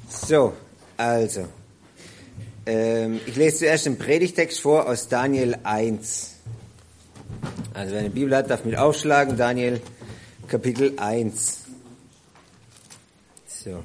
So, also, ich lese zuerst den Predigtext vor aus Daniel 1. Also wer eine Bibel hat, darf mit aufschlagen, Daniel Kapitel 1. So.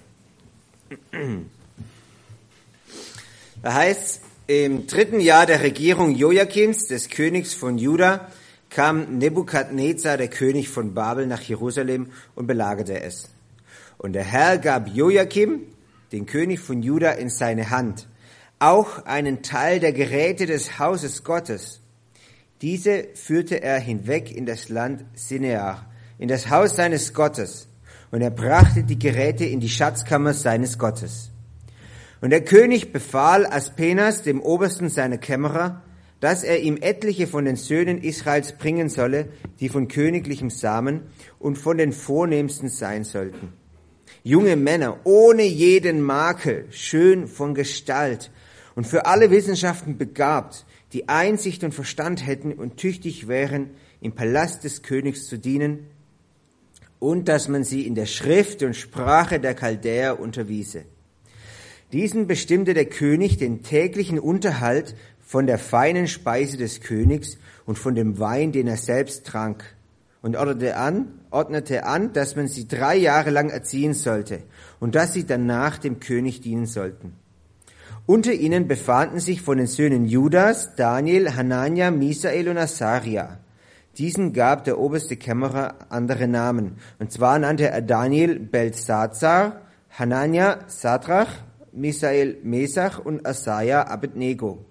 Da heißt, im 3. Jahr der Regierung Joachims, des Königs von Juda, kam Nebukadnezar, der König von Babel, nach Jerusalem und belagerte es. Und der Herr gab Joachim, den König von Juda, in seine Hand, auch einen Teil der Geräte des Hauses Gottes. Diese führte er hinweg in das Land Sinear, in das Haus seines Gottes, und er brachte die Geräte in die Schatzkammer seines Gottes. Und der König befahl Aspenas, dem Obersten seiner Kämmerer, dass er ihm etliche von den Söhnen Israels bringen solle, die von königlichem Samen und von den vornehmsten sein sollten. Junge Männer, ohne jeden Makel, schön von Gestalt und für alle Wissenschaften begabt, die Einsicht und Verstand hätten und tüchtig wären, im Palast des Königs zu dienen, und dass man sie in der Schrift und Sprache der Chaldäer unterwiese. Diesen bestimmte der König den täglichen Unterhalt von der feinen Speise des Königs und von dem Wein, den er selbst trank, und ordnete an, dass man sie 3 Jahre lang erziehen sollte und dass sie danach dem König dienen sollten. Unter ihnen befanden sich von den Söhnen Judas Daniel, Hanania, Misael und Asaria. Diesen gab der oberste Kämmerer andere Namen, und zwar nannte er Daniel Beltsatzar, Hanania Sadrach, Misael Mesach und Asaja Abednego.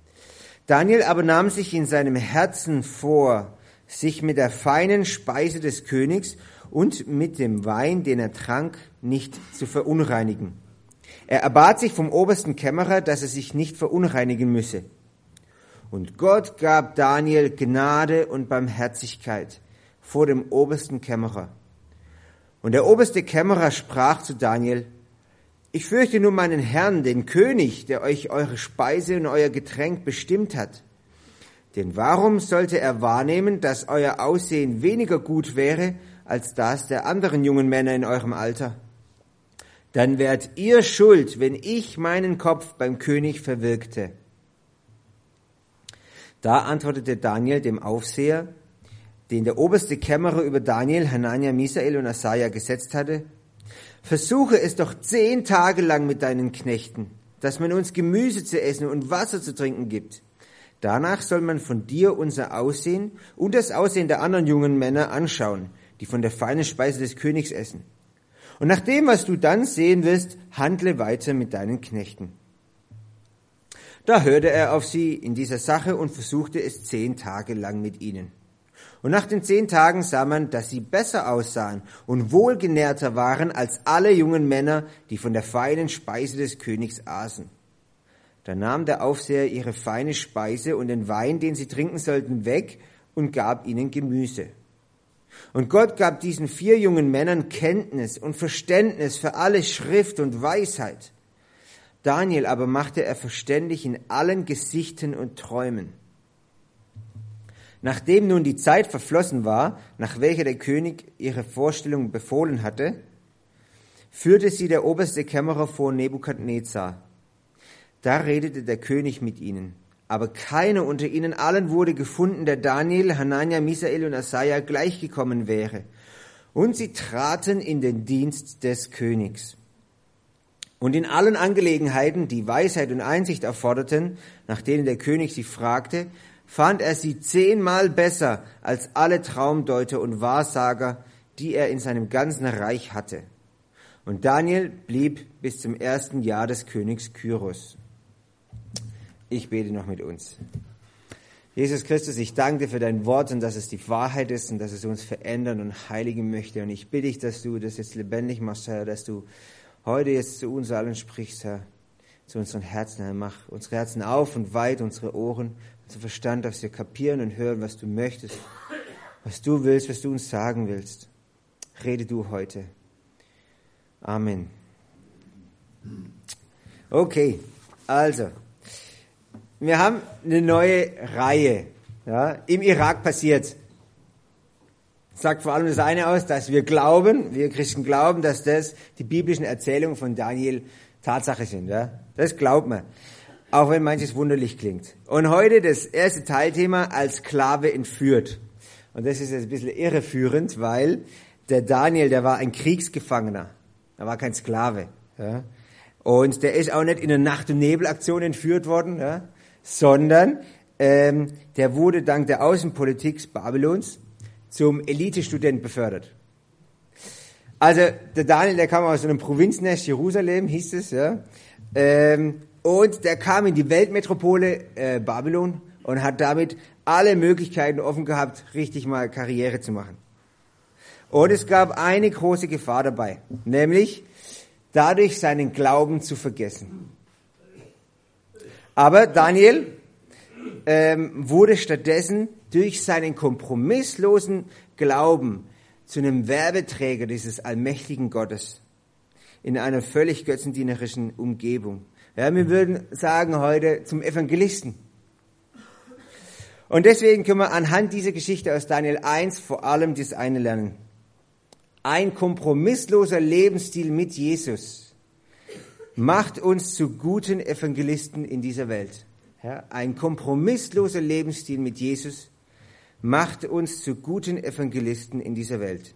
Daniel aber nahm sich in seinem Herzen vor, sich mit der feinen Speise des Königs und mit dem Wein, den er trank, nicht zu verunreinigen. Er erbat sich vom obersten Kämmerer, dass er sich nicht verunreinigen müsse. Und Gott gab Daniel Gnade und Barmherzigkeit vor dem obersten Kämmerer. Und der oberste Kämmerer sprach zu Daniel: Ich fürchte nur meinen Herrn, den König, der euch eure Speise und euer Getränk bestimmt hat. Denn warum sollte er wahrnehmen, dass euer Aussehen weniger gut wäre als das der anderen jungen Männer in eurem Alter? Dann wärt ihr schuld, wenn ich meinen Kopf beim König verwirkte. Da antwortete Daniel dem Aufseher, den der oberste Kämmerer über Daniel, Hanania, Misael und Asaja gesetzt hatte: Versuche es doch 10 Tage lang mit deinen Knechten, dass man uns Gemüse zu essen und Wasser zu trinken gibt. Danach soll man von dir unser Aussehen und das Aussehen der anderen jungen Männer anschauen, die von der feinen Speise des Königs essen. Und nach dem, was du dann sehen wirst, handle weiter mit deinen Knechten. Da hörte er auf sie in dieser Sache und versuchte es 10 Tage lang mit ihnen. Und nach den 10 Tagen sah man, dass sie besser aussahen und wohlgenährter waren als alle jungen Männer, die von der feinen Speise des Königs aßen. Da nahm der Aufseher ihre feine Speise und den Wein, den sie trinken sollten, weg und gab ihnen Gemüse. Und Gott gab diesen 4 jungen Männern Kenntnis und Verständnis für alle Schrift und Weisheit. Daniel aber machte er verständig in allen Gesichten und Träumen. Nachdem nun die Zeit verflossen war, nach welcher der König ihre Vorstellung befohlen hatte, führte sie der oberste Kämmerer vor Nebukadnezar. Da redete der König mit ihnen, aber keiner unter ihnen allen wurde gefunden, der Daniel, Hanania, Misael und Asaja gleichgekommen wäre. Und sie traten in den Dienst des Königs. Und in allen Angelegenheiten, die Weisheit und Einsicht erforderten, nach denen der König sie fragte, fand er sie 10-mal besser als alle Traumdeuter und Wahrsager, die er in seinem ganzen Reich hatte. Und Daniel blieb bis zum 1. Jahr des Königs Kyros. Ich bete noch mit uns. Jesus Christus, ich danke dir für dein Wort und dass es die Wahrheit ist und dass es uns verändern und heiligen möchte. Und ich bitte dich, dass du das jetzt lebendig machst, Herr, dass du heute jetzt zu uns allen sprichst, Herr, zu unseren Herzen, Herr. Mach unsere Herzen auf und weit, unsere Ohren, unser Verstand, dass wir kapieren und hören, was du möchtest, was du willst, was du uns sagen willst. Rede du heute. Amen. Okay, also, wir haben eine neue Reihe, ja, im Irak passiert. Sagt vor allem das eine aus, dass wir Christen glauben, dass das die biblischen Erzählungen von Daniel Tatsache sind. Ja? Das glaubt man, auch wenn manches wunderlich klingt. Und heute das erste Teilthema, als Sklave entführt. Und das ist jetzt ein bisschen irreführend, weil der Daniel, der war ein Kriegsgefangener. Er war kein Sklave. Ja? Und der ist auch nicht in einer Nacht- und Nebelaktion entführt worden, ja? Sondern der wurde dank der Außenpolitik Babylons zum Elitestudent befördert. Also der Daniel, der kam aus einem Provinznest Jerusalem, hieß es, ja. Und der kam in die Weltmetropole Babylon und hat damit alle Möglichkeiten offen gehabt, richtig mal Karriere zu machen. Und es gab eine große Gefahr dabei, nämlich dadurch seinen Glauben zu vergessen. Aber Daniel wurde stattdessen durch seinen kompromisslosen Glauben zu einem Werbeträger dieses allmächtigen Gottes in einer völlig götzendienerischen Umgebung. Ja, wir würden sagen heute zum Evangelisten. Und deswegen können wir anhand dieser Geschichte aus Daniel 1 vor allem das eine lernen. Ein kompromissloser Lebensstil mit Jesus macht uns zu guten Evangelisten in dieser Welt. Ja, ein kompromissloser Lebensstil mit Jesus macht uns zu guten Evangelisten in dieser Welt.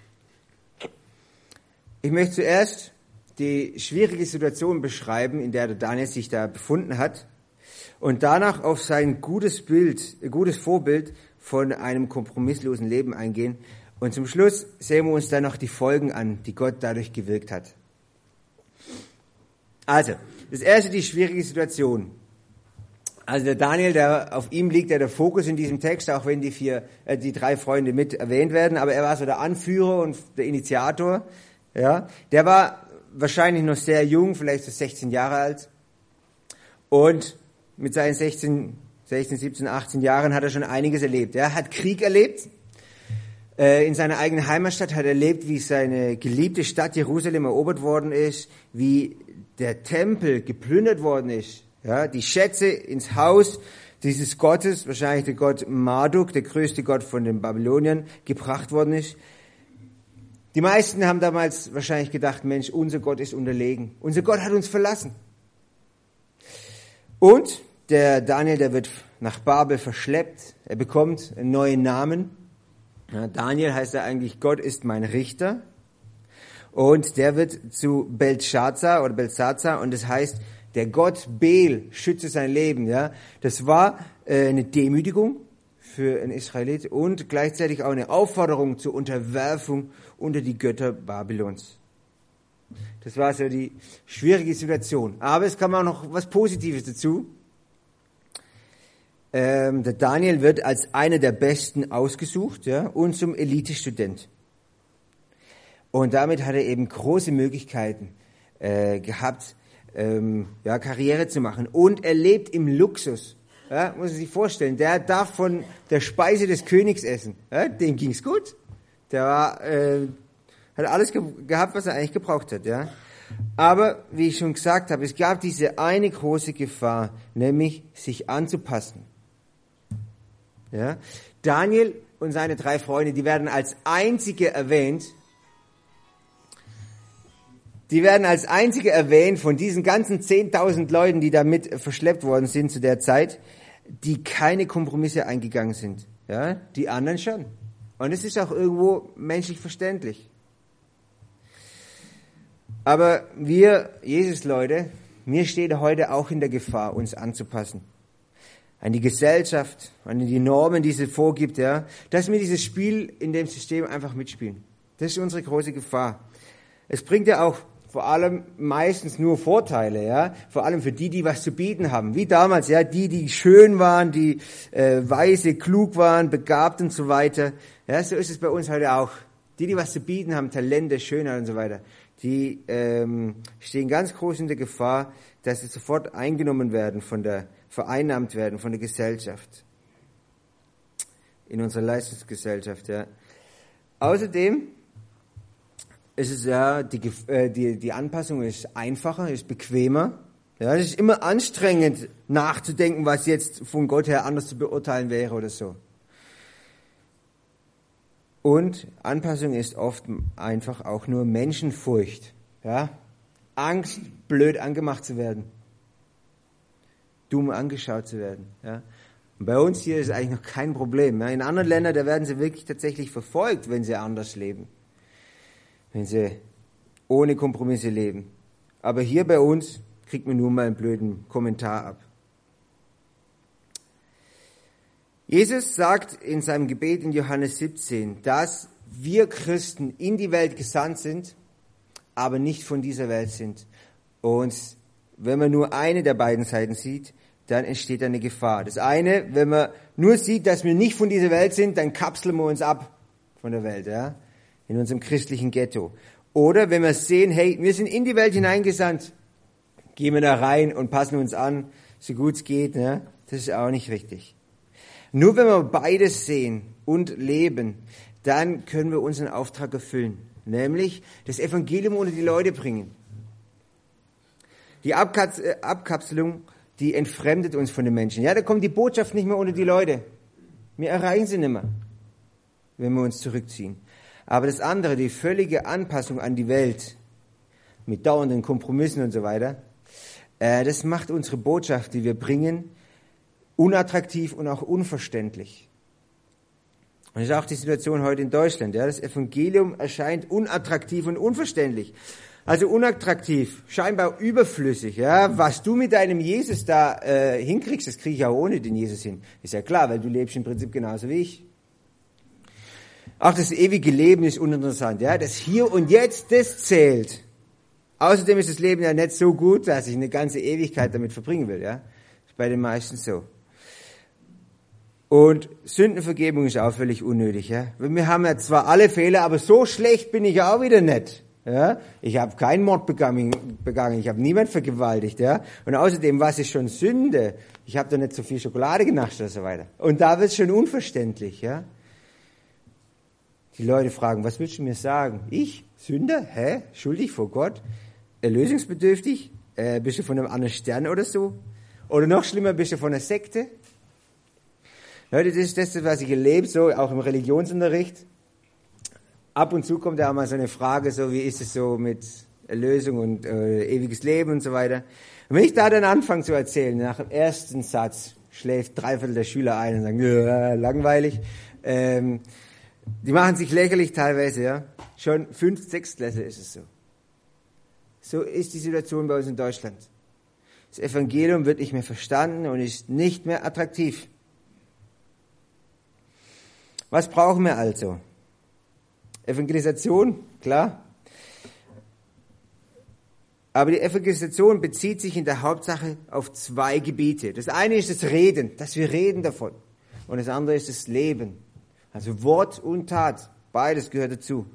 Ich möchte zuerst die schwierige Situation beschreiben, in der der Daniel sich da befunden hat, und danach auf sein gutes Vorbild von einem kompromisslosen Leben eingehen. Und zum Schluss sehen wir uns dann noch die Folgen an, die Gott dadurch gewirkt hat. Also, das erste, die schwierige Situation. Also der Daniel, auf ihm liegt ja der Fokus in diesem Text, auch wenn die drei Freunde mit erwähnt werden, aber er war so der Anführer und der Initiator. Ja, der war wahrscheinlich noch sehr jung, vielleicht so 16 Jahre alt. Und mit seinen 16, 17, 18 Jahren hat er schon einiges erlebt. Er hat Krieg erlebt. In seiner eigenen Heimatstadt hat er erlebt, wie seine geliebte Stadt Jerusalem erobert worden ist, wie der Tempel geplündert worden ist. Ja, die Schätze ins Haus dieses Gottes, wahrscheinlich der Gott Marduk, der größte Gott von den Babyloniern, gebracht worden ist. Die meisten haben damals wahrscheinlich gedacht, Mensch, unser Gott ist unterlegen. Unser Gott hat uns verlassen. Und der Daniel, der wird nach Babel verschleppt. Er bekommt einen neuen Namen. Ja, Daniel heißt er eigentlich, Gott ist mein Richter. Und der wird zu Beltschazar und das heißt, der Gott Bel schütze sein Leben. Ja, das war eine Demütigung für einen Israelit und gleichzeitig auch eine Aufforderung zur Unterwerfung unter die Götter Babylons. Das war so die schwierige Situation. Aber es kam auch noch was Positives dazu. Der Daniel wird als einer der Besten ausgesucht, ja, und zum Elitestudent. Und damit hat er eben große Möglichkeiten gehabt, Karriere zu machen. Und er lebt im Luxus. Ja, muss man sich vorstellen. Der darf von der Speise des Königs essen. Ja, dem ging's gut. Der hat alles gehabt, was er eigentlich gebraucht hat. Ja. Aber, wie ich schon gesagt habe, es gab diese eine große Gefahr, nämlich sich anzupassen. Ja. Daniel und seine drei Freunde, die werden als einzige erwähnt. Die werden als einzige erwähnt von diesen ganzen 10.000 Leuten, die da mit verschleppt worden sind zu der Zeit, die keine Kompromisse eingegangen sind. Ja, die anderen schon. Und es ist auch irgendwo menschlich verständlich. Aber wir, Jesus-Leute, wir stehen heute auch in der Gefahr, uns anzupassen. An die Gesellschaft, an die Normen, die sie vorgibt, ja, dass wir dieses Spiel in dem System einfach mitspielen. Das ist unsere große Gefahr. Es bringt ja auch vor allem meistens nur Vorteile, ja, vor allem für die was zu bieten haben. Wie damals, ja, die schön waren, die weise, klug waren, begabt und so weiter. Ja, so ist es bei uns heute auch. Die was zu bieten haben, Talente, Schönheit und so weiter, die stehen ganz groß in der Gefahr, dass sie sofort eingenommen werden vereinnahmt werden von der Gesellschaft. In unserer Leistungsgesellschaft, ja. Außerdem ist es ja, die Anpassung ist einfacher, ist bequemer. Ja, es ist immer anstrengend, nachzudenken, was jetzt von Gott her anders zu beurteilen wäre oder so. Und Anpassung ist oft einfach auch nur Menschenfurcht. Ja, Angst, blöd angemacht zu werden, dumm angeschaut zu werden. Ja. Und bei uns hier ist eigentlich noch kein Problem. Ja. In anderen Ländern, da werden sie wirklich tatsächlich verfolgt, wenn sie anders leben, wenn sie ohne Kompromisse leben. Aber hier bei uns kriegt man nur mal einen blöden Kommentar ab. Jesus sagt in seinem Gebet in Johannes 17, dass wir Christen in die Welt gesandt sind, aber nicht von dieser Welt sind. Und wenn man nur eine der beiden Seiten sieht, dann entsteht eine Gefahr. Das eine, wenn man nur sieht, dass wir nicht von dieser Welt sind, dann kapseln wir uns ab von der Welt, ja, in unserem christlichen Ghetto. Oder wenn wir sehen, hey, wir sind in die Welt hineingesandt, gehen wir da rein und passen uns an, so gut es geht, ja, das ist auch nicht richtig. Nur wenn wir beides sehen und leben, dann können wir unseren Auftrag erfüllen, nämlich das Evangelium unter die Leute bringen. Die Abkapselung, die entfremdet uns von den Menschen. Ja, da kommt die Botschaft nicht mehr unter die Leute. Wir erreichen sie nicht mehr, wenn wir uns zurückziehen. Aber das andere, die völlige Anpassung an die Welt, mit dauernden Kompromissen und so weiter, das macht unsere Botschaft, die wir bringen, unattraktiv und auch unverständlich. Und das ist auch die Situation heute in Deutschland. Ja, das Evangelium erscheint unattraktiv und unverständlich. Also unattraktiv, scheinbar überflüssig. Ja, was du mit deinem Jesus da hinkriegst, das kriege ich auch ohne den Jesus hin. Ist ja klar, weil du lebst im Prinzip genauso wie ich. Auch das ewige Leben ist uninteressant. Ja, das Hier und Jetzt, das zählt. Außerdem ist das Leben ja nicht so gut, dass ich eine ganze Ewigkeit damit verbringen will. Ja, ist bei den meisten so. Und Sündenvergebung ist auch völlig unnötig. Ja? Wir haben ja zwar alle Fehler, aber so schlecht bin ich auch wieder nicht. Ja? Ich habe keinen Mord begangen, ich habe niemand vergewaltigt. Ja? Und außerdem, was ist schon Sünde? Ich habe doch nicht so viel Schokolade genascht und so weiter. Und da wird es schon unverständlich. Ja? Die Leute fragen, was willst du mir sagen? Ich? Sünder? Hä? Schuldig vor Gott? Erlösungsbedürftig? Bist du von einem anderen Stern oder so? Oder noch schlimmer, bist du von einer Sekte? Leute, das ist das, was ich erlebe, so auch im Religionsunterricht. Ab und zu kommt da auch mal so eine Frage, so wie ist es so mit Erlösung und ewiges Leben und so weiter. Und wenn ich da dann anfange zu erzählen, nach dem ersten Satz schläft 3/4 der Schüler ein und sagen, langweilig. Die machen sich lächerlich teilweise, ja. Schon 5., 6. Klasse ist es so. So ist die Situation bei uns in Deutschland. Das Evangelium wird nicht mehr verstanden und ist nicht mehr attraktiv. Was brauchen wir also? Evangelisation, klar. Aber die Evangelisation bezieht sich in der Hauptsache auf 2 Gebiete. Das eine ist das Reden, dass wir reden davon. Und das andere ist das Leben. Also Wort und Tat, beides gehört dazu.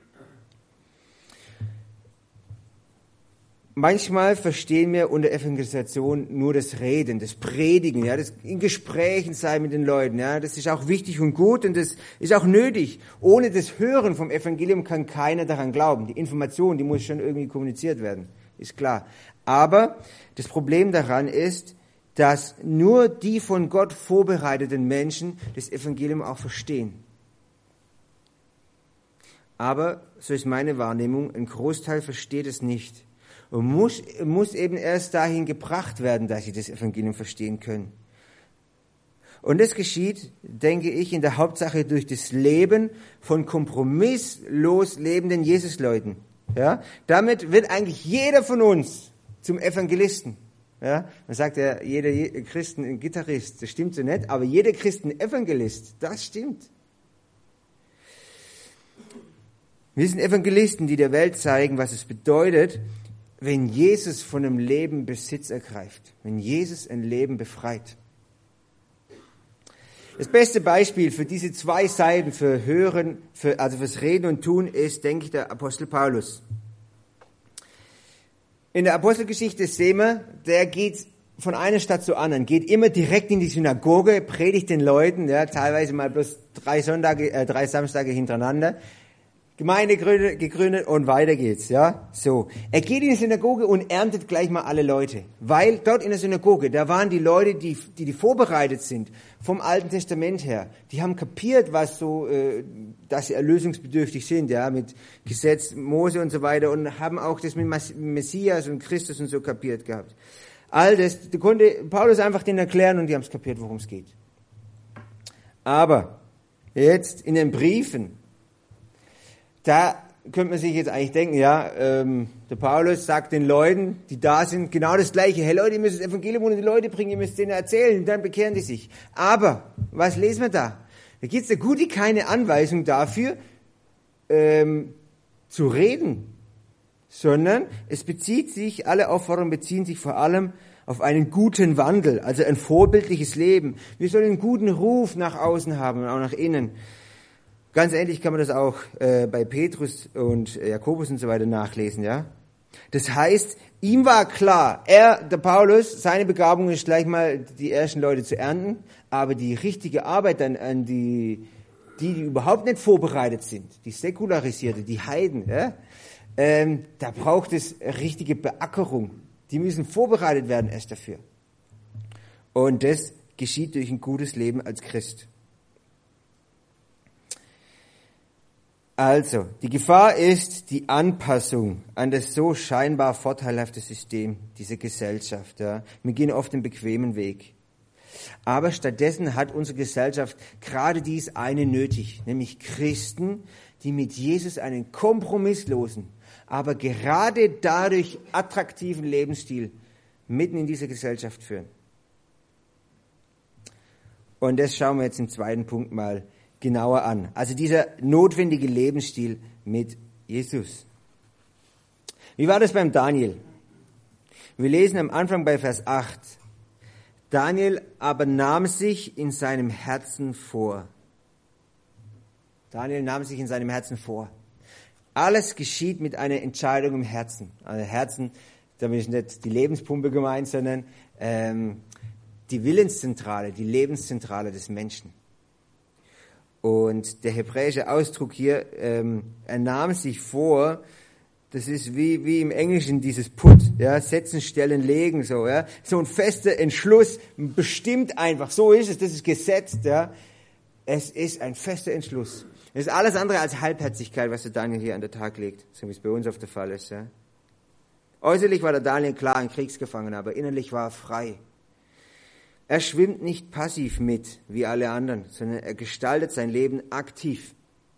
Manchmal verstehen wir unter Evangelisation nur das Reden, das Predigen, ja, das in Gesprächen sein mit den Leuten, ja, das ist auch wichtig und gut und das ist auch nötig. Ohne das Hören vom Evangelium kann keiner daran glauben. Die Information, die muss schon irgendwie kommuniziert werden, ist klar. Aber das Problem daran ist, dass nur die von Gott vorbereiteten Menschen das Evangelium auch verstehen. Aber, so ist meine Wahrnehmung, ein Großteil versteht es nicht. Und muss eben erst dahin gebracht werden, dass sie das Evangelium verstehen können. Und das geschieht, denke ich, in der Hauptsache durch das Leben von kompromisslos lebenden Jesusleuten. Ja? Damit wird eigentlich jeder von uns zum Evangelisten. Ja? Man sagt ja, jeder Christen ein Gitarrist, das stimmt so nicht, aber jeder Christen ein Evangelist, das stimmt. Wir sind Evangelisten, die der Welt zeigen, was es bedeutet, wenn Jesus von einem Leben Besitz ergreift, wenn Jesus ein Leben befreit. Das beste Beispiel für diese 2 Seiten, für Hören, also fürs Reden und Tun, ist, denke ich, der Apostel Paulus. In der Apostelgeschichte sehen wir, der geht von einer Stadt zur anderen, geht immer direkt in die Synagoge, predigt den Leuten, ja, teilweise mal bloß 3 Samstage hintereinander, Gemeinde gegründet und weiter geht's, ja. So. Er geht in die Synagoge und erntet gleich mal alle Leute. Weil dort in der Synagoge, da waren die Leute, die vorbereitet sind vom Alten Testament her. Die haben kapiert, was so, dass sie erlösungsbedürftig sind, ja, mit Gesetz, Mose und so weiter und haben auch das mit Messias und Christus und so kapiert gehabt. All das konnte Paulus einfach denen erklären und die haben es kapiert, worum es geht. Aber jetzt in den Briefen, da könnte man sich jetzt eigentlich denken, ja, der Paulus sagt den Leuten, die da sind, genau das Gleiche. Hey Leute, ihr müsst das Evangelium unter die Leute bringen, ihr müsst denen erzählen, dann bekehren die sich. Aber, was lesen wir da? Da gibt es eine gute, keine Anweisung dafür, zu reden, sondern alle Aufforderungen beziehen sich vor allem auf einen guten Wandel, also ein vorbildliches Leben. Wir sollen einen guten Ruf nach außen haben und auch nach innen. Ganz ähnlich kann man das auch bei Petrus und Jakobus und so weiter nachlesen, ja. Das heißt, ihm war klar, der Paulus, seine Begabung ist gleich mal die ersten Leute zu ernten, aber die richtige Arbeit dann an die überhaupt nicht vorbereitet sind, die Säkularisierte, die Heiden, ja, da braucht es richtige Beackerung. Die müssen vorbereitet werden erst dafür. Und das geschieht durch ein gutes Leben als Christ. Also, die Gefahr ist die Anpassung an das so scheinbar vorteilhafte System dieser Gesellschaft. Ja. Wir gehen oft den bequemen Weg. Aber stattdessen hat unsere Gesellschaft gerade dies eine nötig, nämlich Christen, die mit Jesus einen kompromisslosen, aber gerade dadurch attraktiven Lebensstil mitten in dieser Gesellschaft führen. Und das schauen wir jetzt im zweiten Punkt mal genauer an. Also dieser notwendige Lebensstil mit Jesus. Wie war das beim Daniel? Wir lesen am Anfang bei Vers 8. Daniel aber nahm sich in seinem Herzen vor. Daniel nahm sich in seinem Herzen vor. Alles geschieht mit einer Entscheidung im Herzen. Also Herzen, damit ist nicht die Lebenspumpe gemeint, sondern die Willenszentrale, die Lebenszentrale des Menschen. Und der hebräische Ausdruck hier, er nahm sich vor, das ist wie im Englischen dieses Put, ja, setzen, stellen, legen, so, ja, so ein fester Entschluss, bestimmt einfach, so ist es, das ist gesetzt, ja, es ist ein fester Entschluss. Es ist alles andere als Halbherzigkeit, was der Daniel hier an den Tag legt, so wie es bei uns oft der Fall ist, ja. Äußerlich war der Daniel klar ein Kriegsgefangener, aber innerlich war er frei. Er schwimmt nicht passiv mit, wie alle anderen, sondern er gestaltet sein Leben aktiv.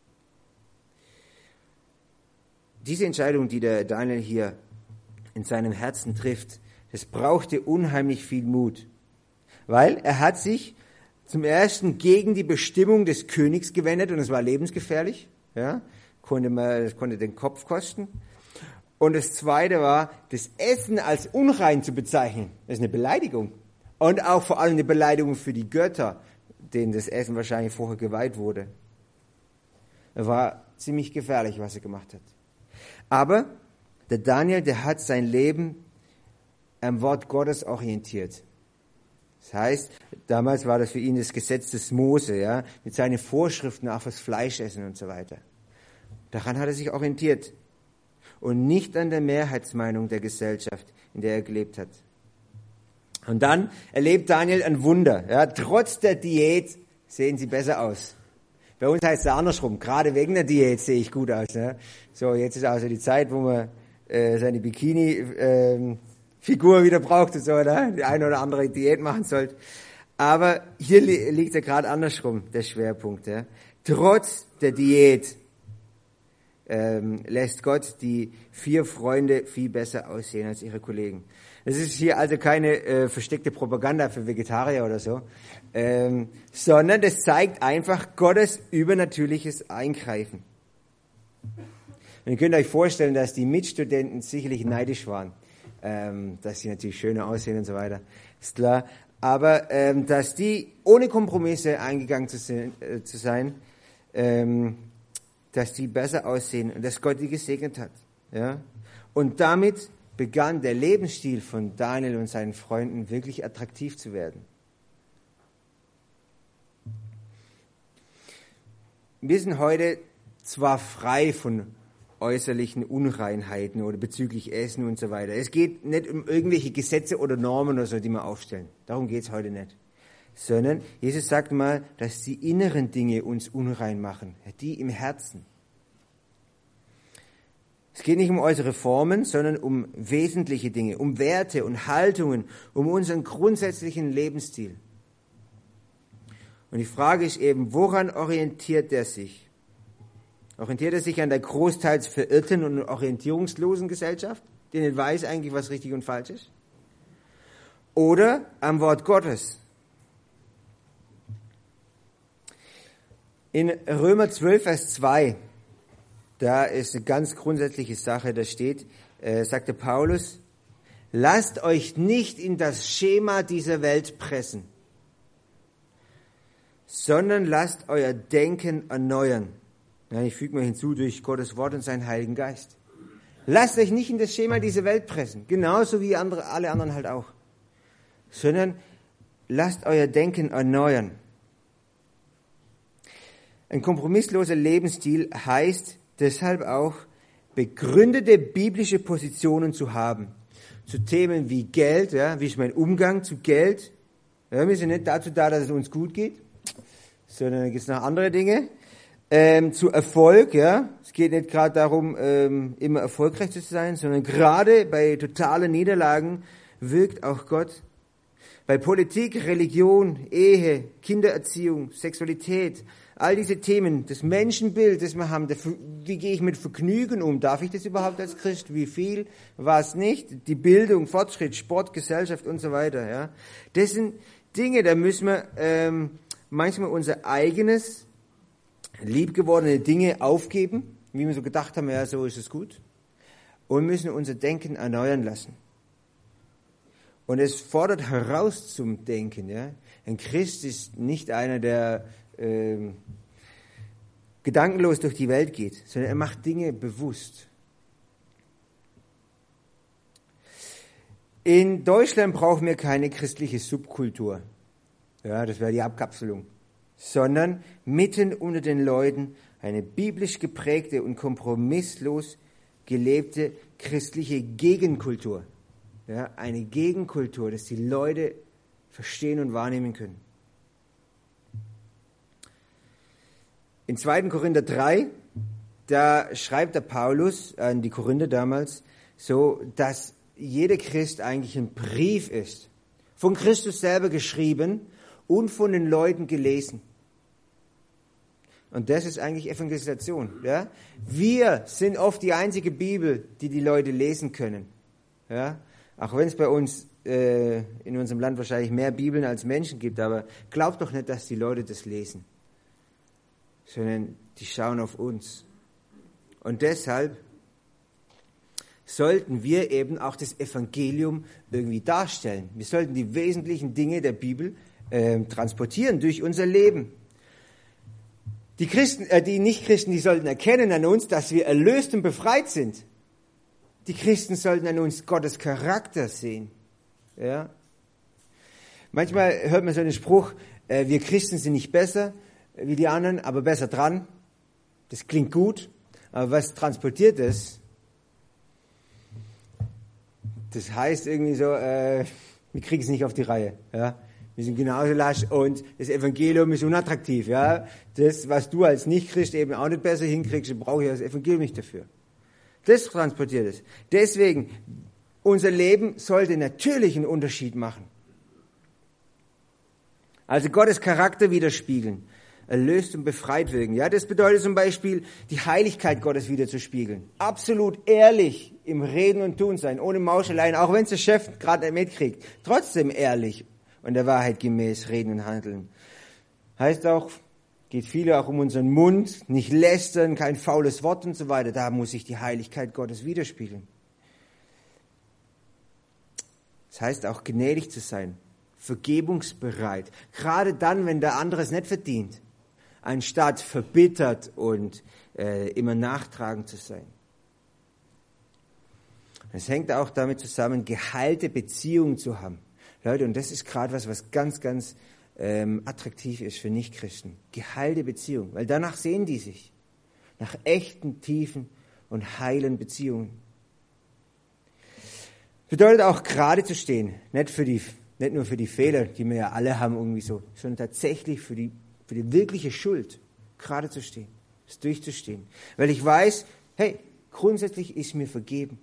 Diese Entscheidung, die der Daniel hier in seinem Herzen trifft, das brauchte unheimlich viel Mut. Weil er hat sich zum ersten gegen die Bestimmung des Königs gewendet und es war lebensgefährlich, ja, das konnte den Kopf kosten. Und das zweite war, das Essen als unrein zu bezeichnen. Das ist eine Beleidigung. Und auch vor allem eine Beleidigung für die Götter, denen das Essen wahrscheinlich vorher geweiht wurde. Es war ziemlich gefährlich, was er gemacht hat. Aber der Daniel, der hat sein Leben am Wort Gottes orientiert. Das heißt, damals war das für ihn das Gesetz des Mose, ja, mit seinen Vorschriften auch fürs Fleischessen und so weiter. Daran hat er sich orientiert. Und nicht an der Mehrheitsmeinung der Gesellschaft, in der er gelebt hat. Und dann erlebt Daniel ein Wunder. Ja, trotz der Diät sehen sie besser aus. Bei uns heißt es andersrum. Gerade wegen der Diät sehe ich gut aus. Ne? So, jetzt ist also die Zeit, wo man seine Bikini-Figur wieder braucht und so, oder? Die eine oder andere Diät machen sollte. Aber hier liegt er gerade andersrum, der Schwerpunkt. Ja? Trotz der Diät lässt Gott die 4 Freunde viel besser aussehen als ihre Kollegen. Das ist hier also keine versteckte Propaganda für Vegetarier oder so, sondern das zeigt einfach Gottes übernatürliches Eingreifen. Und ihr könnt euch vorstellen, dass die Mitstudenten sicherlich neidisch waren, dass sie natürlich schöner aussehen und so weiter, ist klar. Aber dass die ohne Kompromisse eingegangen zu sein, dass die besser aussehen und dass Gott die gesegnet hat. Ja? Und damit begann der Lebensstil von Daniel und seinen Freunden wirklich attraktiv zu werden. Wir sind heute zwar frei von äußerlichen Unreinheiten oder bezüglich Essen und so weiter. Es geht nicht um irgendwelche Gesetze oder Normen oder so, die wir aufstellen. Darum geht es heute nicht. Sondern Jesus sagt mal, dass die inneren Dinge uns unrein machen, die im Herzen. Es geht nicht um äußere Formen, sondern um wesentliche Dinge, um Werte und Haltungen, um unseren grundsätzlichen Lebensstil. Und die Frage ist eben, woran orientiert er sich? Orientiert er sich an der großteils verirrten und orientierungslosen Gesellschaft, die nicht weiß eigentlich, was richtig und falsch ist? Oder am Wort Gottes? In Römer 12, Vers 2, da ist eine ganz grundsätzliche Sache, da steht, sagte Paulus, lasst euch nicht in das Schema dieser Welt pressen, sondern lasst euer Denken erneuern. Ja, ich füge mal hinzu, durch Gottes Wort und seinen Heiligen Geist. Lasst euch nicht in das Schema dieser Welt pressen, genauso wie alle anderen halt auch, sondern lasst euer Denken erneuern. Ein kompromissloser Lebensstil heißt deshalb auch, begründete biblische Positionen zu haben. Zu Themen wie Geld, ja, wie ist mein Umgang zu Geld. Ja, wir sind nicht dazu da, dass es uns gut geht, sondern da gibt es noch andere Dinge. Zu Erfolg, ja. Es geht nicht gerade darum, immer erfolgreich zu sein, sondern gerade bei totalen Niederlagen wirkt auch Gott. Bei Politik, Religion, Ehe, Kindererziehung, Sexualität, all diese Themen, das Menschenbild, das wir haben, wie gehe ich mit Vergnügen um? Darf ich das überhaupt als Christ? Wie viel? Was nicht? Die Bildung, Fortschritt, Sport, Gesellschaft und so weiter, ja. Das sind Dinge, da müssen wir manchmal unser eigenes liebgewordene Dinge aufgeben, wie wir so gedacht haben, ja, so ist es gut, und müssen unser Denken erneuern lassen. Und es fordert heraus zum Denken. Ja? Ein Christ ist nicht einer, der gedankenlos durch die Welt geht, sondern er macht Dinge bewusst. In Deutschland brauchen wir keine christliche Subkultur. Ja, das wäre die Abkapselung. Sondern mitten unter den Leuten eine biblisch geprägte und kompromisslos gelebte christliche Gegenkultur. Ja, eine Gegenkultur, dass die Leute verstehen und wahrnehmen können. In 2. Korinther 3, da schreibt der Paulus an die Korinther damals so, dass jeder Christ eigentlich ein Brief ist, von Christus selber geschrieben und von den Leuten gelesen. Und das ist eigentlich Evangelisation. Ja? Wir sind oft die einzige Bibel, die die Leute lesen können. Ja? Auch wenn es bei uns in unserem Land wahrscheinlich mehr Bibeln als Menschen gibt, aber glaubt doch nicht, dass die Leute das lesen, sondern die schauen auf uns. Und deshalb sollten wir eben auch das Evangelium irgendwie darstellen. Wir sollten die wesentlichen Dinge der Bibel transportieren durch unser Leben. Die Nichtchristen, die sollten erkennen an uns, dass wir erlöst und befreit sind. Die Christen sollten an uns Gottes Charakter sehen. Ja? Manchmal hört man so einen Spruch, wir Christen sind nicht besser wie die anderen, aber besser dran. Das klingt gut, aber was transportiert es? Das heißt irgendwie so, wir kriegen es nicht auf die Reihe. Ja? Wir sind genauso lasch und das Evangelium ist unattraktiv. Ja? Das, was du als Nicht-Christ eben auch nicht besser hinkriegst, brauche ich das Evangelium nicht dafür. Das transportiert es. Deswegen, unser Leben sollte natürlich einen Unterschied machen. Also Gottes Charakter widerspiegeln, erlöst und befreit wirken. Ja, das bedeutet zum Beispiel, die Heiligkeit Gottes wiederzuspiegeln. Absolut ehrlich im Reden und Tun sein, ohne Mauscheleien, auch wenn es der Chef gerade nicht mitkriegt. Trotzdem ehrlich und der Wahrheit gemäß reden und handeln. Heißt auch, geht viele auch um unseren Mund, nicht lästern, kein faules Wort und so weiter. Da muss sich die Heiligkeit Gottes widerspiegeln. Das heißt auch, gnädig zu sein, vergebungsbereit. Gerade dann, wenn der andere es nicht verdient. Anstatt verbittert und immer nachtragend zu sein. Es hängt auch damit zusammen, geheilte Beziehungen zu haben. Leute, und das ist gerade was ganz, ganz attraktiv ist für Nichtchristen. Geheilte Beziehung, weil danach sehen die sich. nach echten, tiefen und heilen Beziehungen. Bedeutet auch, gerade zu stehen, nicht nur für die Fehler, die wir ja alle haben irgendwie so, sondern tatsächlich für die wirkliche Schuld, gerade zu stehen, es durchzustehen. Weil ich weiß, hey, grundsätzlich ist mir vergeben.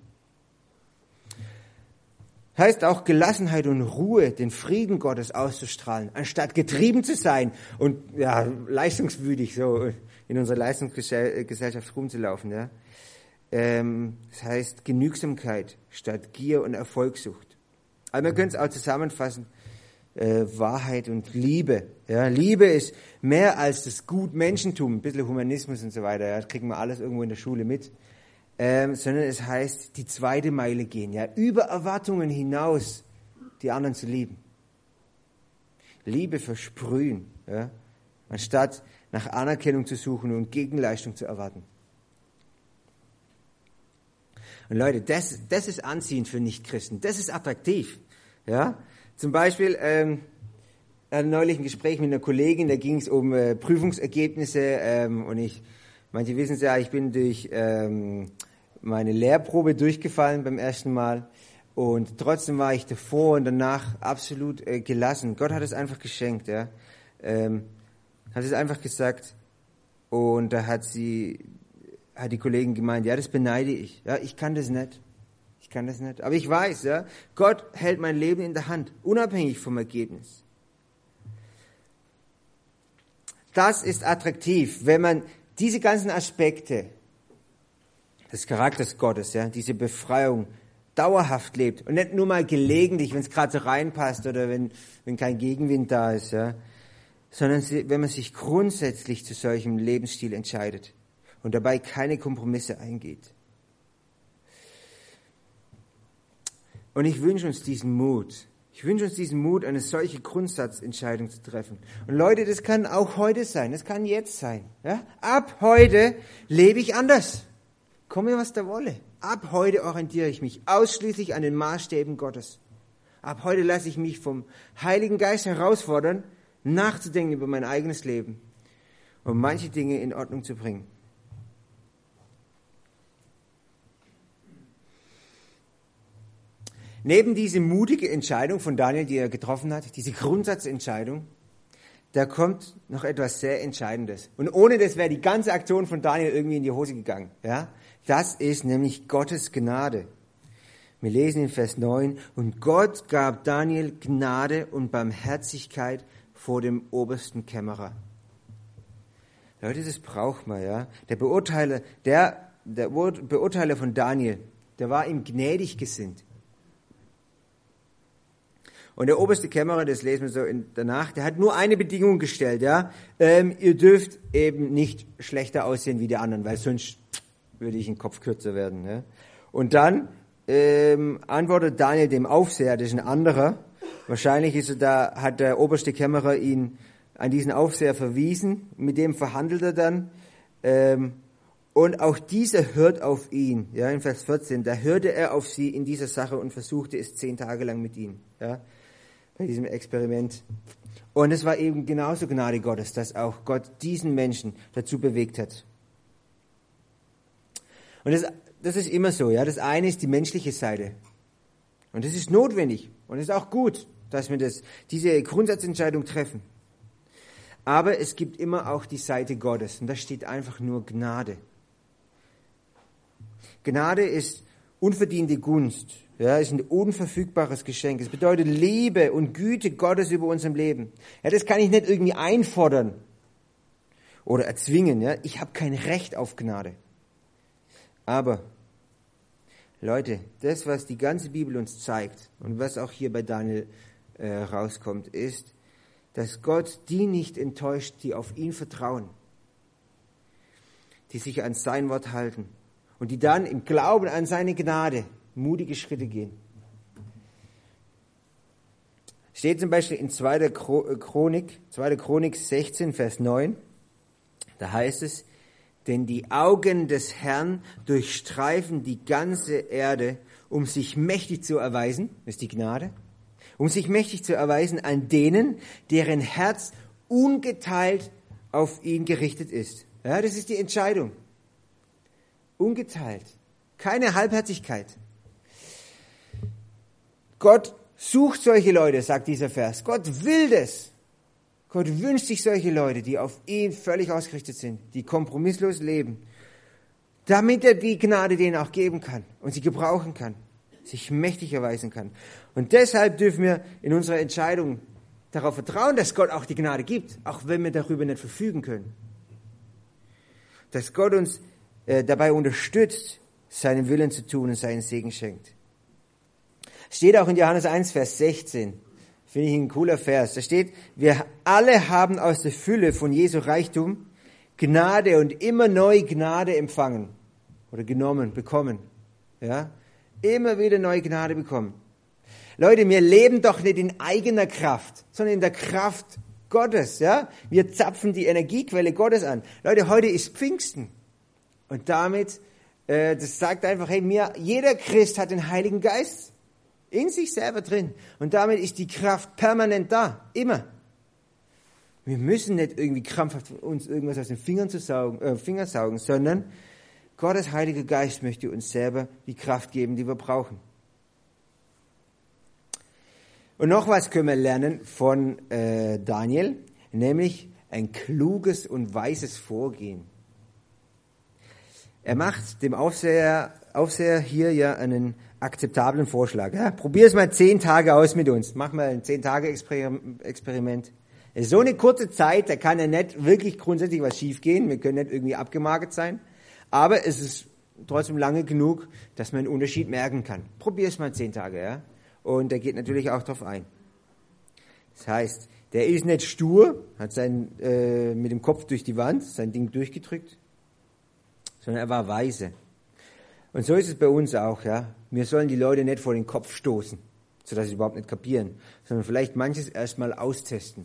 Heißt auch Gelassenheit und Ruhe, den Frieden Gottes auszustrahlen, anstatt getrieben zu sein und ja, leistungswütig so in unserer Leistungsgesellschaft rumzulaufen. Ja. Das heißt Genügsamkeit statt Gier und Erfolgssucht. Aber wir können es auch zusammenfassen, Wahrheit und Liebe. Ja. Liebe ist mehr als das Gutmenschentum, ein bisschen Humanismus und so weiter. Ja. Das kriegen wir alles irgendwo in der Schule mit. Sondern es heißt, die zweite Meile gehen, ja, über Erwartungen hinaus, die anderen zu lieben. Liebe versprühen, ja, anstatt nach Anerkennung zu suchen und Gegenleistung zu erwarten. Und Leute, das ist anziehend für Nichtchristen, das ist attraktiv, ja. Zum Beispiel, neulich ein Gespräch mit einer Kollegin, da ging es um Prüfungsergebnisse, und manche wissen es ja, ich bin durch meine Lehrprobe durchgefallen beim ersten Mal und trotzdem war ich davor und danach absolut gelassen. Gott hat es einfach geschenkt, ja. Hat es einfach gesagt und da hat die Kollegin gemeint, ja, das beneide ich. Ja, ich kann das nicht. Aber ich weiß, ja, Gott hält mein Leben in der Hand, unabhängig vom Ergebnis. Das ist attraktiv, wenn man diese ganzen Aspekte des Charakters Gottes, ja, diese Befreiung dauerhaft lebt und nicht nur mal gelegentlich, wenn es gerade so reinpasst oder wenn kein Gegenwind da ist, ja, sondern wenn man sich grundsätzlich zu solchem Lebensstil entscheidet und dabei keine Kompromisse eingeht. Und ich wünsche uns diesen Mut. Eine solche Grundsatzentscheidung zu treffen. Und Leute, das kann auch heute sein, das kann jetzt sein. Ja? Ab heute lebe ich anders. Komme, was da wolle. Ab heute orientiere ich mich ausschließlich an den Maßstäben Gottes. Ab heute lasse ich mich vom Heiligen Geist herausfordern, nachzudenken über mein eigenes Leben und manche Dinge in Ordnung zu bringen. Neben diese mutige Entscheidung von Daniel, die er getroffen hat, diese Grundsatzentscheidung, da kommt noch etwas sehr Entscheidendes. Und ohne das wäre die ganze Aktion von Daniel irgendwie in die Hose gegangen. Ja? Das ist nämlich Gottes Gnade. Wir lesen in Vers 9, und Gott gab Daniel Gnade und Barmherzigkeit vor dem obersten Kämmerer. Leute, das braucht man, ja. Der Beurteiler von Daniel, der war ihm gnädig gesinnt. Und der oberste Kämmerer, das lesen wir so danach, der hat nur eine Bedingung gestellt, ja. Ihr dürft eben nicht schlechter aussehen wie die anderen, weil sonst würde ich den Kopf kürzer werden, ja. Und dann antwortet Daniel dem Aufseher, das ist ein anderer. Wahrscheinlich hat der oberste Kämmerer ihn an diesen Aufseher verwiesen. Mit dem verhandelt er dann. Und auch dieser hört auf ihn. Ja, in Vers 14, da hörte er auf sie in dieser Sache und versuchte es 10 Tage lang mit ihm. Ja, bei diesem Experiment. Und es war eben genauso Gnade Gottes, dass auch Gott diesen Menschen dazu bewegt hat. Und das ist immer so, ja. Das eine ist die menschliche Seite. Und das ist notwendig. Und es ist auch gut, dass wir diese Grundsatzentscheidung treffen. Aber es gibt immer auch die Seite Gottes. Und da steht einfach nur Gnade. Gnade ist unverdiente Gunst. Ja, ist ein unverfügbares Geschenk. Es bedeutet Liebe und Güte Gottes über unserem Leben. Ja, das kann ich nicht irgendwie einfordern oder erzwingen. Ja, ich habe kein Recht auf Gnade. Aber, Leute, das, was die ganze Bibel uns zeigt und was auch hier bei Daniel rauskommt, ist, dass Gott die nicht enttäuscht, die auf ihn vertrauen, die sich an sein Wort halten und die dann im Glauben an seine Gnade mutige Schritte gehen. Steht zum Beispiel in 2. Chronik 16, Vers 9, da heißt es, denn die Augen des Herrn durchstreifen die ganze Erde, um sich mächtig zu erweisen, das ist die Gnade, um sich mächtig zu erweisen an denen, deren Herz ungeteilt auf ihn gerichtet ist. Ja, das ist die Entscheidung. ungeteilt. Keine Halbherzigkeit. Gott sucht solche Leute, sagt dieser Vers. Gott will das. Gott wünscht sich solche Leute, die auf ihn völlig ausgerichtet sind, die kompromisslos leben, damit er die Gnade denen auch geben kann und sie gebrauchen kann, sich mächtig erweisen kann. Und deshalb dürfen wir in unserer Entscheidung darauf vertrauen, dass Gott auch die Gnade gibt, auch wenn wir darüber nicht verfügen können. Dass Gott uns dabei unterstützt, seinen Willen zu tun und seinen Segen schenkt. Steht auch in Johannes 1, Vers 16. Finde ich ein cooler Vers. Da steht, wir alle haben aus der Fülle von Jesu Reichtum Gnade und immer neu Gnade empfangen. Oder genommen, bekommen. Ja? Immer wieder neue Gnade bekommen. Leute, wir leben doch nicht in eigener Kraft, sondern in der Kraft Gottes. Ja? Wir zapfen die Energiequelle Gottes an. Leute, heute ist Pfingsten. Und damit, das sagt einfach, hey, jeder Christ hat den Heiligen Geist in sich selber drin. Und damit ist die Kraft permanent da. Immer. Wir müssen nicht irgendwie krampfhaft uns irgendwas aus den Fingern saugen, sondern Gottes Heiliger Geist möchte uns selber die Kraft geben, die wir brauchen. Und noch was können wir lernen von Daniel, nämlich ein kluges und weises Vorgehen. Er macht dem Aufseher hier ja einen akzeptablen Vorschlag. Ja, probier es mal 10 Tage aus mit uns. Mach mal ein 10-Tage-Experiment. Es ist so eine kurze Zeit, da kann ja nicht wirklich grundsätzlich was schiefgehen. Wir können nicht irgendwie abgemagert sein. Aber es ist trotzdem lange genug, dass man einen Unterschied merken kann. Probier es mal 10 Tage, ja. Und er geht natürlich auch drauf ein. Das heißt, der ist nicht stur, hat mit dem Kopf durch die Wand sein Ding durchgedrückt, sondern er war weise. Und so ist es bei uns auch, ja. Wir sollen die Leute nicht vor den Kopf stoßen, sodass sie überhaupt nicht kapieren, sondern vielleicht manches erstmal austesten.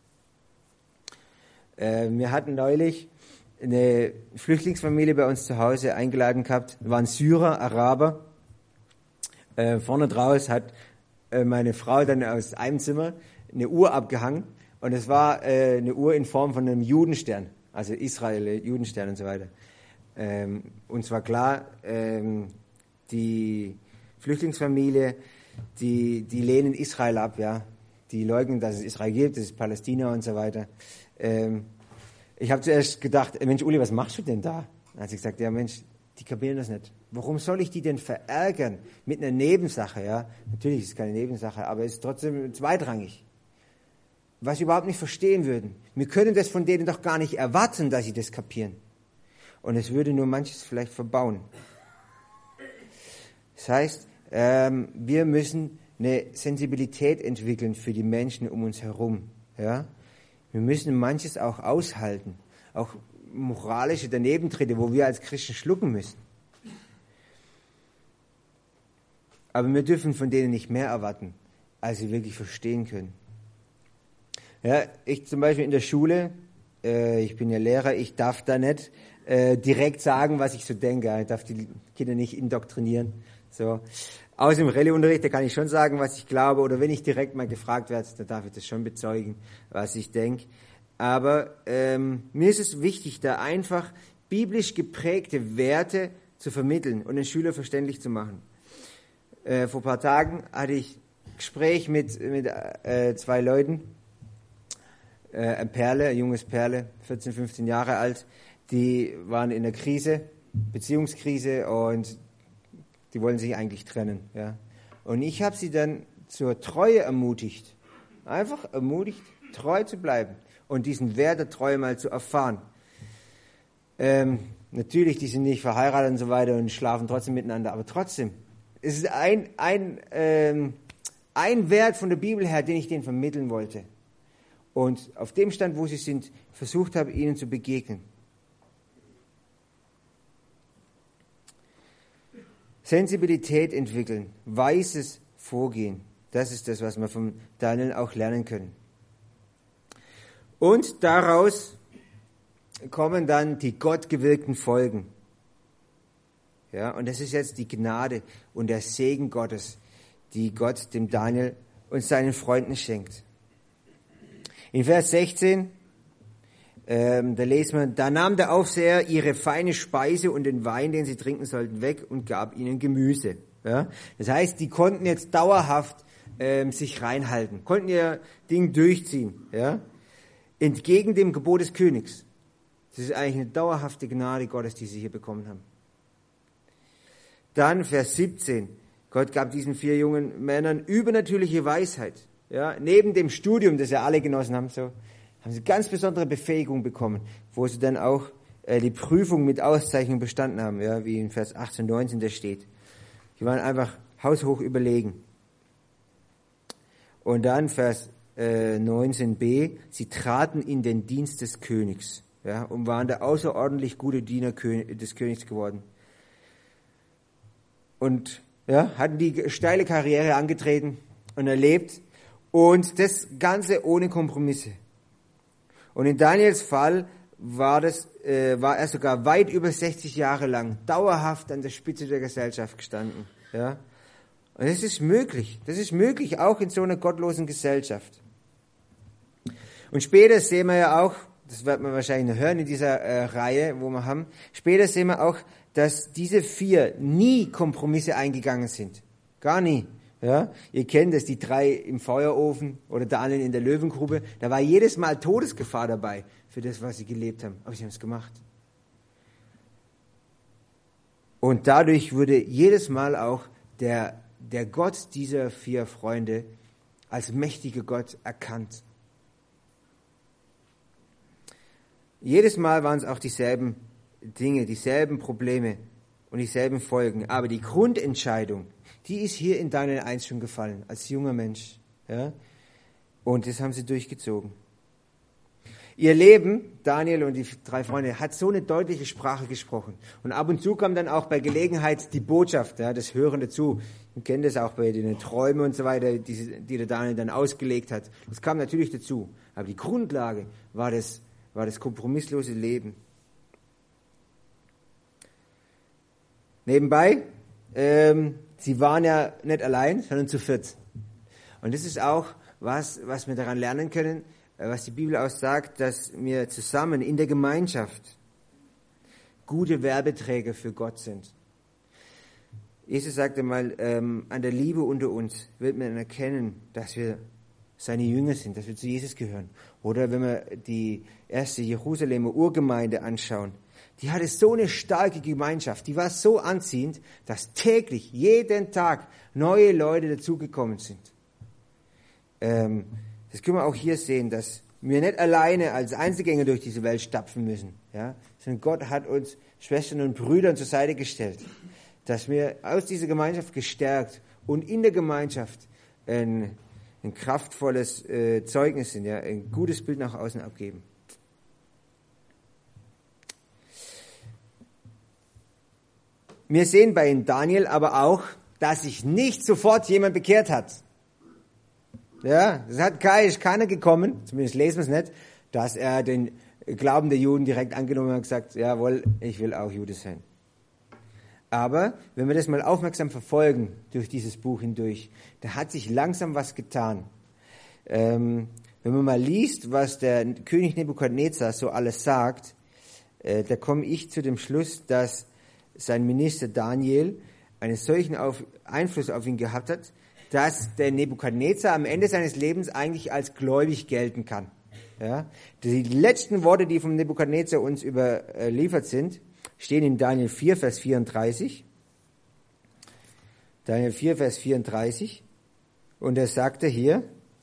Wir hatten neulich eine Flüchtlingsfamilie bei uns zu Hause eingeladen gehabt, waren Syrer, Araber. Vorne draus hat meine Frau dann aus einem Zimmer eine Uhr abgehangen und es war eine Uhr in Form von einem Judenstern, also Israel, Judenstern und so weiter. Uns war klar, die Flüchtlingsfamilie, die lehnen Israel ab, ja. Die leugnen, dass es Israel gibt, das ist Palästina und so weiter. Ich habe zuerst gedacht, Mensch, Uli, was machst du denn da? Dann hat sie gesagt, ja Mensch, die kapieren das nicht. Warum soll ich die denn verärgern mit einer Nebensache, ja? Natürlich ist es keine Nebensache, aber es ist trotzdem zweitrangig. Was sie überhaupt nicht verstehen würden. Wir können das von denen doch gar nicht erwarten, dass sie das kapieren. Und es würde nur manches vielleicht verbauen. Das heißt, wir müssen eine Sensibilität entwickeln für die Menschen um uns herum. Ja? Wir müssen manches auch aushalten. Auch moralische Danebentritte, wo wir als Christen schlucken müssen. Aber wir dürfen von denen nicht mehr erwarten, als sie wirklich verstehen können. Ja, ich zum Beispiel in der Schule, ich bin ja Lehrer, ich darf da nicht direkt sagen, was ich so denke. Ich darf die Kinder nicht indoktrinieren. So. Außer im Rallye-Unterricht, da kann ich schon sagen, was ich glaube. Oder wenn ich direkt mal gefragt werde, dann darf ich das schon bezeugen, was ich denke. Aber mir ist es wichtig, da einfach biblisch geprägte Werte zu vermitteln und den Schüler verständlich zu machen. Vor ein paar Tagen hatte ich ein Gespräch mit 2 Leuten, ein junges Perle, 14, 15 Jahre alt, die waren in einer Krise, Beziehungskrise, und die wollen sich eigentlich trennen. Ja. Und ich habe sie dann zur Treue ermutigt, einfach ermutigt, treu zu bleiben und diesen Wert der Treue mal zu erfahren. Natürlich, die sind nicht verheiratet und so weiter und schlafen trotzdem miteinander, aber trotzdem, es ist ein Wert von der Bibel her, den ich denen vermitteln wollte. Und auf dem Stand, wo sie sind, versucht habe, ihnen zu begegnen. Sensibilität entwickeln, weises Vorgehen. Das ist das, was wir von Daniel auch lernen können. Und daraus kommen dann die gottgewirkten Folgen. Ja, und das ist jetzt die Gnade und der Segen Gottes, die Gott dem Daniel und seinen Freunden schenkt. In Vers 16 Da lesen wir, da nahm der Aufseher ihre feine Speise und den Wein, den sie trinken sollten, weg und gab ihnen Gemüse. Ja? Das heißt, die konnten jetzt dauerhaft sich reinhalten, konnten ihr Ding durchziehen, ja? Entgegen dem Gebot des Königs. Das ist eigentlich eine dauerhafte Gnade Gottes, die sie hier bekommen haben. Dann Vers 17. Gott gab diesen 4 jungen Männern übernatürliche Weisheit. Ja, neben dem Studium, das ja alle genossen haben, so, haben sie ganz besondere Befähigung bekommen, wo sie dann auch die Prüfung mit Auszeichnung bestanden haben, ja, wie in Vers 18, 19 da steht. Die waren einfach haushoch überlegen. Und dann Vers 19b, sie traten in den Dienst des Königs, ja, und waren da außerordentlich gute Diener des Königs geworden. Und ja, hatten die steile Karriere angetreten und erlebt und das Ganze ohne Kompromisse. Und in Daniels Fall war er sogar weit über 60 Jahre lang dauerhaft an der Spitze der Gesellschaft gestanden. Ja. Und das ist möglich auch in so einer gottlosen Gesellschaft. Und später sehen wir ja auch, das wird man wahrscheinlich noch hören in dieser Reihe, wo wir haben, später sehen wir auch, dass diese 4 nie Kompromisse eingegangen sind. Gar nie. Ja? Ihr kennt das, die 3 im Feuerofen oder Daniel in der Löwengrube. Da war jedes Mal Todesgefahr dabei für das, was sie gelebt haben. Aber sie haben es gemacht. Und dadurch wurde jedes Mal auch der Gott dieser 4 Freunde als mächtiger Gott erkannt. Jedes Mal waren es auch dieselben Dinge, dieselben Probleme und dieselben Folgen. Aber die Grundentscheidung, die ist hier in Daniel 1 schon gefallen, als junger Mensch. Ja? Und das haben sie durchgezogen. Ihr Leben, Daniel und die 3 Freunde, hat so eine deutliche Sprache gesprochen. Und ab und zu kam dann auch bei Gelegenheit die Botschaft, ja, das Hören dazu. Man kennt das auch bei den Träumen und so weiter, die der Daniel dann ausgelegt hat. Das kam natürlich dazu. Aber die Grundlage war das kompromisslose Leben. Nebenbei, sie waren ja nicht allein, sondern zu 4. Und das ist auch was wir daran lernen können, was die Bibel auch sagt, dass wir zusammen in der Gemeinschaft gute Werbeträger für Gott sind. Jesus sagte mal, an der Liebe unter uns wird man erkennen, dass wir seine Jünger sind, dass wir zu Jesus gehören. Oder wenn wir die erste Jerusalemer Urgemeinde anschauen, die hatte so eine starke Gemeinschaft, die war so anziehend, dass täglich, jeden Tag neue Leute dazugekommen sind. Das können wir auch hier sehen, dass wir nicht alleine als Einzelgänger durch diese Welt stapfen müssen, ja, sondern Gott hat uns Schwestern und Brüdern zur Seite gestellt, dass wir aus dieser Gemeinschaft gestärkt und in der Gemeinschaft ein kraftvolles Zeugnis sind, ja, ein gutes Bild nach außen abgeben. Wir sehen bei Daniel aber auch, dass sich nicht sofort jemand bekehrt hat. Ja, es hat keiner gekommen, zumindest lesen wir es nicht, dass er den Glauben der Juden direkt angenommen hat und gesagt, jawohl, ich will auch Jude sein. Aber wenn wir das mal aufmerksam verfolgen durch dieses Buch hindurch, da hat sich langsam was getan. Wenn man mal liest, was der König Nebukadnezar so alles sagt, da komme ich zu dem Schluss, dass sein Minister Daniel einen solchen Einfluss auf ihn gehabt hat, dass der Nebukadnezar am Ende seines Lebens eigentlich als gläubig gelten kann. Ja? Die letzten Worte, die vom Nebukadnezar uns überliefert sind, stehen in Daniel 4, Vers 34. Daniel 4, Vers 34. Und er sagte hier,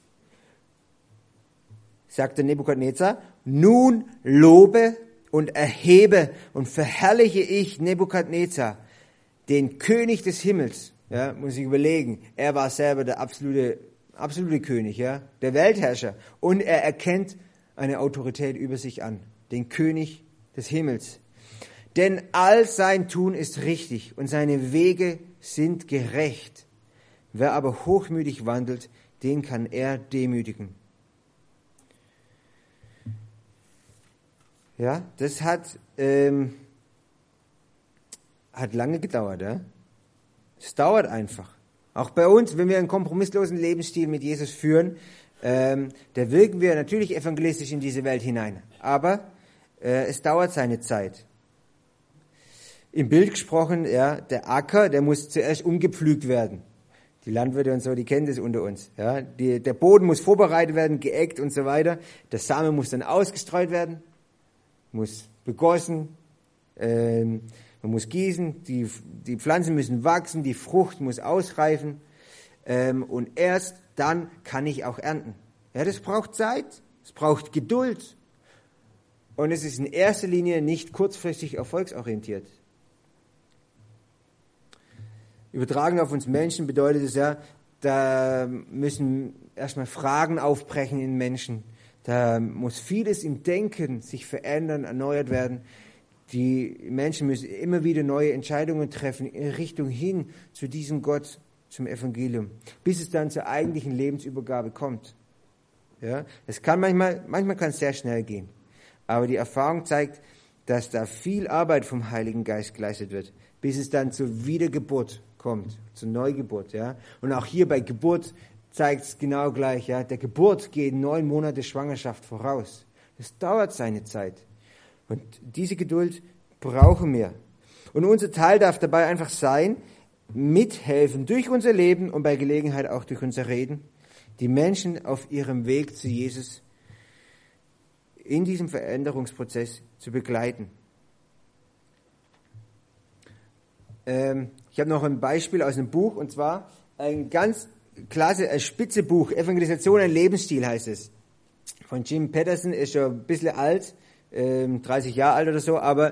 sagte Nebukadnezar, nun lobe und erhebe und verherrliche ich Nebukadnezar, den König des Himmels. Ja, muss ich überlegen. Er war selber der absolute König, ja, der Weltherrscher. Und er erkennt eine Autorität über sich an, den König des Himmels. Denn all sein Tun ist richtig und seine Wege sind gerecht. Wer aber hochmütig wandelt, den kann er demütigen. Ja, das hat lange gedauert, ja. Es dauert einfach. Auch bei uns, wenn wir einen kompromisslosen Lebensstil mit Jesus führen, da wirken wir natürlich evangelistisch in diese Welt hinein. Aber es dauert seine Zeit. Im Bild gesprochen, ja, der Acker, der muss zuerst umgepflügt werden. Die Landwirte und so, die kennen das unter uns. Ja. Der Boden muss vorbereitet werden, geeckt und so weiter. Der Samen muss dann ausgestreut werden, muss begossen, man muss gießen, die Pflanzen müssen wachsen, die Frucht muss ausreifen und erst dann kann ich auch ernten. Ja, das braucht Zeit, es braucht Geduld und es ist in erster Linie nicht kurzfristig erfolgsorientiert. Übertragen auf uns Menschen bedeutet es ja, da müssen erstmal Fragen aufbrechen in Menschen. Da muss vieles im Denken sich verändern, erneuert werden. Die Menschen müssen immer wieder neue Entscheidungen treffen in Richtung hin zu diesem Gott, zum Evangelium, bis es dann zur eigentlichen Lebensübergabe kommt. Ja, es kann manchmal kann es sehr schnell gehen. Aber die Erfahrung zeigt, dass da viel Arbeit vom Heiligen Geist geleistet wird, bis es dann zur Wiedergeburt kommt, zur Neugeburt. Ja. Und auch hier bei Geburt zeigt es genau gleich. Ja. Der Geburt gehen 9 Monate Schwangerschaft voraus. Das dauert seine Zeit. Und diese Geduld brauchen wir. Und unser Teil darf dabei einfach sein, mithelfen durch unser Leben und bei Gelegenheit auch durch unser Reden, die Menschen auf ihrem Weg zu Jesus in diesem Veränderungsprozess zu begleiten. Ich habe noch ein Beispiel aus einem Buch, und zwar ein ganz klasse, ein spitze Buch, Evangelisation, ein Lebensstil heißt es. Von Jim Patterson, ist schon ein bisschen alt, 30 Jahre alt oder so, aber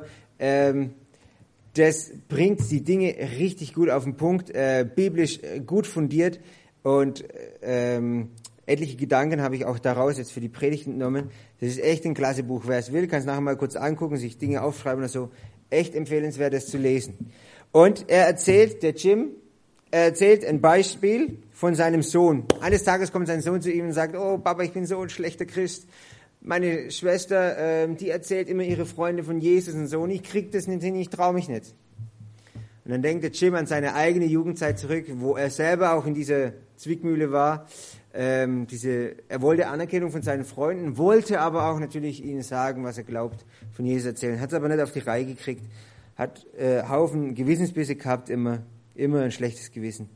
das bringt die Dinge richtig gut auf den Punkt, biblisch gut fundiert und etliche Gedanken habe ich auch daraus jetzt für die Predigt entnommen. Das ist echt ein klasse Buch. Wer es will, kann es nachher mal kurz angucken, sich Dinge aufschreiben oder so. Echt empfehlenswert, das zu lesen. Und der Jim erzählt ein Beispiel von seinem Sohn. Eines Tages kommt sein Sohn zu ihm und sagt, oh Papa, ich bin so ein schlechter Christ. Meine Schwester, die erzählt immer ihre Freunde von Jesus und so, und ich krieg das nicht hin, ich traue mich nicht. Und dann denkt der Jim an seine eigene Jugendzeit zurück, wo er selber auch in dieser Zwickmühle war. Er wollte Anerkennung von seinen Freunden, wollte aber auch natürlich ihnen sagen, was er glaubt, von Jesus erzählen. Hat es aber nicht auf die Reihe gekriegt, hat Haufen Gewissensbisse gehabt, immer ein schlechtes Gewissen.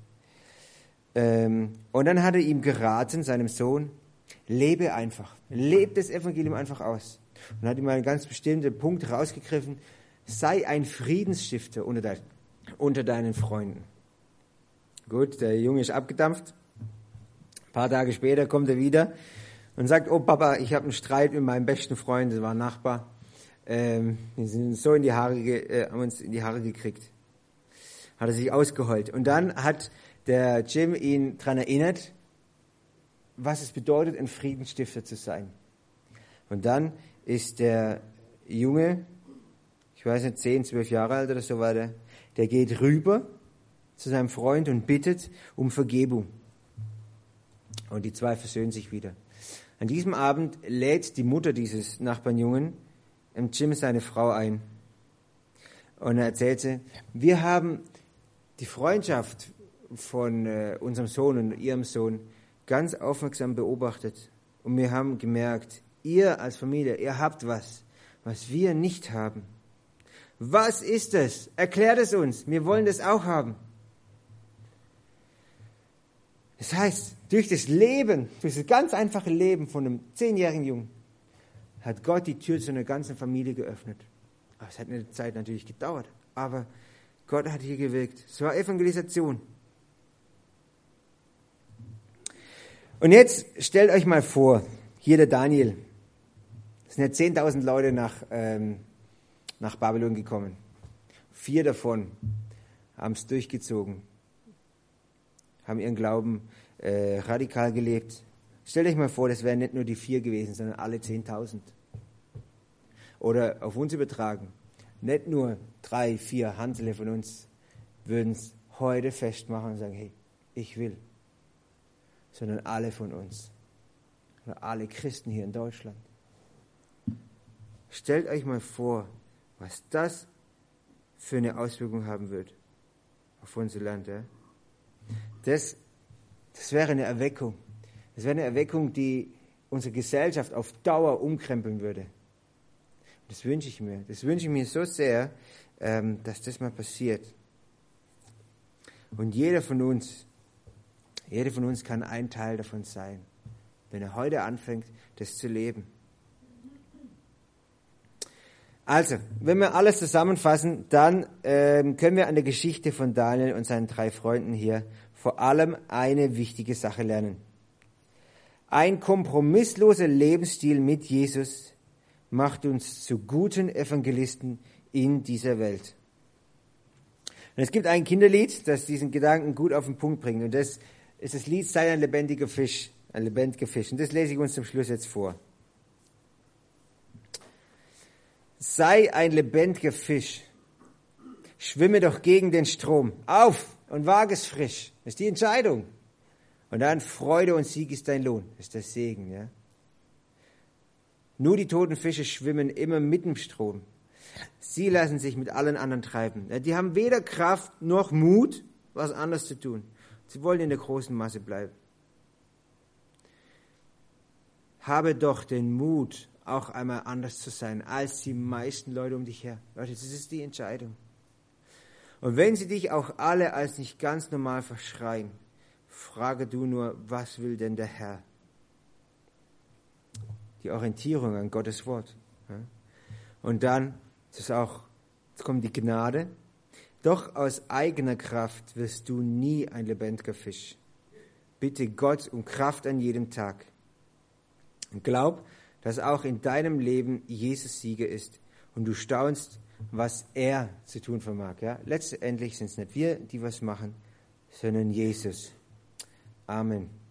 Und dann hat er ihm geraten, seinem Sohn, lebe einfach, lebe das Evangelium einfach aus. Und hat ihm einen ganz bestimmten Punkt rausgegriffen, sei ein Friedensstifter unter deinen Freunden. Gut, der Junge ist abgedampft. Ein paar Tage später kommt er wieder und sagt, oh Papa, ich habe einen Streit mit meinem besten Freund, das war ein Nachbar. Wir sind so haben uns in die Haare gekriegt. Hat er sich ausgeheult. Und dann hat der Jim ihn daran erinnert, was es bedeutet, ein Friedensstifter zu sein. Und dann ist der Junge, ich weiß nicht, 10, 12 Jahre alt oder so weiter, der geht rüber zu seinem Freund und bittet um Vergebung. Und die zwei versöhnen sich wieder. An diesem Abend lädt die Mutter dieses Nachbarnjungen Jim seine Frau ein. Und er erzählt sie, wir haben die Freundschaft von unserem Sohn und ihrem Sohn ganz aufmerksam beobachtet. Und wir haben gemerkt, ihr als Familie, ihr habt was wir nicht haben. Was ist es? Erklärt es uns. Wir wollen das auch haben. Das heißt, durch das ganz einfache Leben von einem 10-jährigen Jungen, hat Gott die Tür zu einer ganzen Familie geöffnet. Aber es hat eine Zeit natürlich gedauert. Aber Gott hat hier gewirkt. Es war Evangelisation. Und jetzt stellt euch mal vor, hier der Daniel. Es sind ja 10.000 Leute nach Babylon gekommen. 4 davon haben es durchgezogen, haben ihren Glauben radikal gelebt. Stellt euch mal vor, das wären nicht nur die 4 gewesen, sondern alle 10.000. Oder auf uns übertragen, nicht nur 3, 4 Handelle von uns würden es heute festmachen und sagen, hey, ich will. Sondern alle von uns. Oder alle Christen hier in Deutschland. Stellt euch mal vor, was das für eine Auswirkung haben wird auf unser Land. Ja? Das wäre eine Erweckung. Das wäre eine Erweckung, die unsere Gesellschaft auf Dauer umkrempeln würde. Das wünsche ich mir. Das wünsche ich mir so sehr, dass das mal passiert. Und jeder von uns kann ein Teil davon sein, wenn er heute anfängt, das zu leben. Also, wenn wir alles zusammenfassen, dann können wir an der Geschichte von Daniel und seinen 3 Freunden hier vor allem eine wichtige Sache lernen. Ein kompromissloser Lebensstil mit Jesus macht uns zu guten Evangelisten in dieser Welt. Und es gibt ein Kinderlied, das diesen Gedanken gut auf den Punkt bringt. Und das ist das Lied Sei ein lebendiger Fisch. Ein lebendiger Fisch. Und das lese ich uns zum Schluss jetzt vor. Sei ein lebendiger Fisch. Schwimme doch gegen den Strom. Auf und wage es frisch. Das ist die Entscheidung. Und dann Freude und Sieg ist dein Lohn. Das ist der Segen, ja. Nur die toten Fische schwimmen immer mit dem Strom. Sie lassen sich mit allen anderen treiben. Die haben weder Kraft noch Mut, was anderes zu tun. Sie wollen in der großen Masse bleiben. Habe doch den Mut, auch einmal anders zu sein, als die meisten Leute um dich her. Leute, das ist die Entscheidung. Und wenn sie dich auch alle als nicht ganz normal verschreien, frage du nur, was will denn der Herr? Die Orientierung an Gottes Wort. Und dann jetzt kommt die Gnade. Doch aus eigener Kraft wirst du nie ein lebendiger Fisch. Bitte Gott um Kraft an jedem Tag. Und glaub, dass auch in deinem Leben Jesus Sieger ist. Und du staunst, was er zu tun vermag. Ja? Letztendlich sind es nicht wir, die was machen, sondern Jesus. Amen.